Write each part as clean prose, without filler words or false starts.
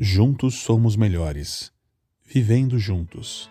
Juntos somos melhores. Vivendo juntos.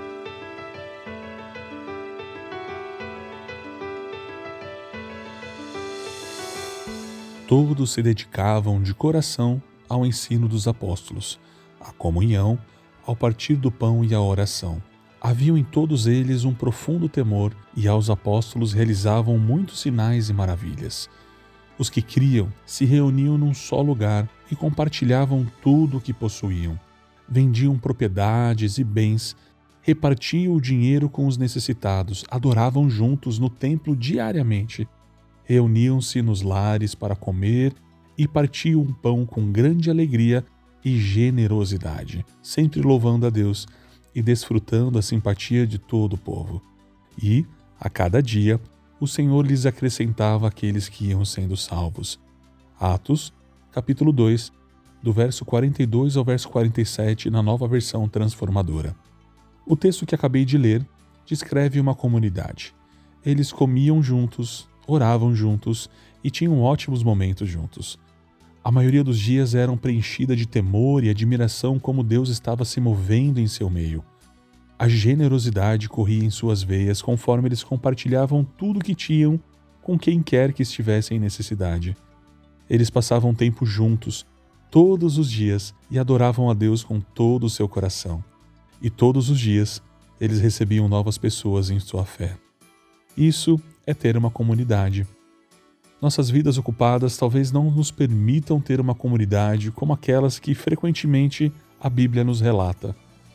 Todos se dedicavam de coração ao ensino dos apóstolos, à comunhão, ao partir do pão e à oração. Haviam em todos eles um profundo temor, e aos apóstolos realizavam muitos sinais e maravilhas. Os que criam se reuniam num só lugar e compartilhavam tudo o que possuíam. Vendiam propriedades e bens, repartiam o dinheiro com os necessitados, adoravam juntos no templo diariamente, reuniam-se nos lares para comer e partiam o pão com grande alegria e generosidade, sempre louvando a Deus e desfrutando a simpatia de todo o povo. E, a cada dia, o Senhor lhes acrescentava aqueles que iam sendo salvos. Atos, capítulo 2, do verso 42 ao verso 47, na Nova Versão Transformadora. O texto que acabei de ler descreve uma comunidade. Eles comiam juntos, oravam juntos e tinham ótimos momentos juntos. A maioria dos dias eram preenchida de temor e admiração como Deus estava se movendo em seu meio. A generosidade corria em suas veias conforme eles compartilhavam tudo o que tinham com quem quer que estivesse em necessidade. Eles passavam tempo juntos, todos os dias, e adoravam a Deus com todo o seu coração. E todos os dias, eles recebiam novas pessoas em sua fé. Isso é ter uma comunidade. Nossas vidas ocupadas talvez não nos permitam ter uma comunidade como aquelas que frequentemente a Bíblia nos relata.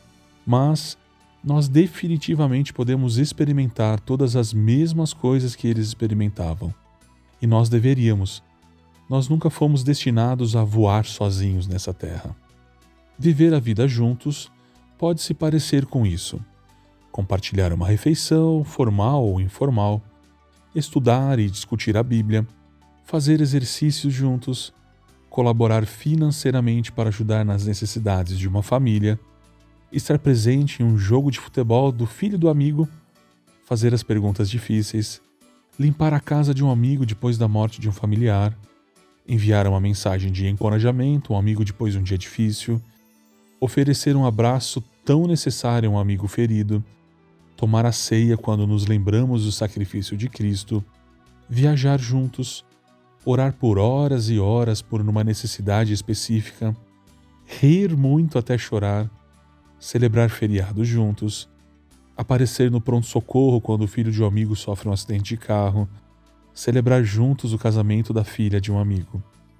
Mas nós definitivamente podemos experimentar todas as mesmas coisas que eles experimentavam. E nós deveríamos. Nós nunca fomos destinados a voar sozinhos nessa terra. Viver a vida juntos pode se parecer com isso. Compartilhar uma refeição, formal ou informal, estudar e discutir a Bíblia, fazer exercícios juntos, colaborar financeiramente para ajudar nas necessidades de uma família, estar presente em um jogo de futebol do filho do amigo, fazer as perguntas difíceis, limpar a casa de um amigo depois da morte de um familiar, enviar uma mensagem de encorajamento a um amigo depois de um dia difícil, oferecer um abraço tão necessário a um amigo ferido, tomar a ceia quando nos lembramos do sacrifício de Cristo, viajar juntos, orar por horas e horas por uma necessidade específica, rir muito até chorar, celebrar feriados juntos, aparecer no pronto-socorro quando o filho de um amigo sofre um acidente de carro, celebrar juntos o casamento da filha de um amigo.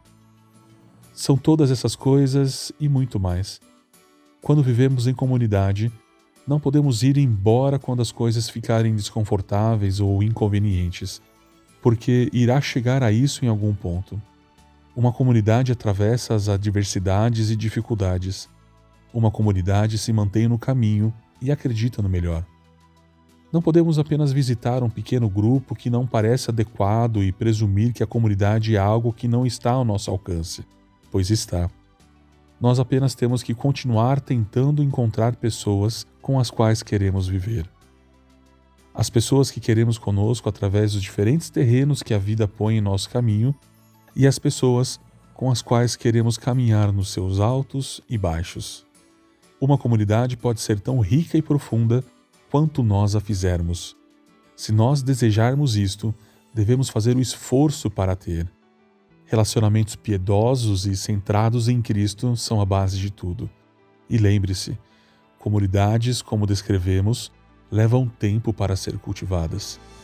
São todas essas coisas e muito mais. Quando vivemos em comunidade, não podemos ir embora quando as coisas ficarem desconfortáveis ou inconvenientes, porque irá chegar a isso em algum ponto. Uma comunidade atravessa as adversidades e dificuldades. Uma comunidade se mantém no caminho e acredita no melhor. Não podemos apenas visitar um pequeno grupo que não parece adequado e presumir que a comunidade é algo que não está ao nosso alcance, pois está. Nós apenas temos que continuar tentando encontrar pessoas com as quais queremos viver. As pessoas que queremos conosco através dos diferentes terrenos que a vida põe em nosso caminho e as pessoas com as quais queremos caminhar nos seus altos e baixos. Uma comunidade pode ser tão rica e profunda quanto nós a fizermos. Se nós desejarmos isto, devemos fazer o esforço para ter. Relacionamentos piedosos e centrados em Cristo são a base de tudo. E lembre-se, comunidades, como descrevemos, levam tempo para ser cultivadas.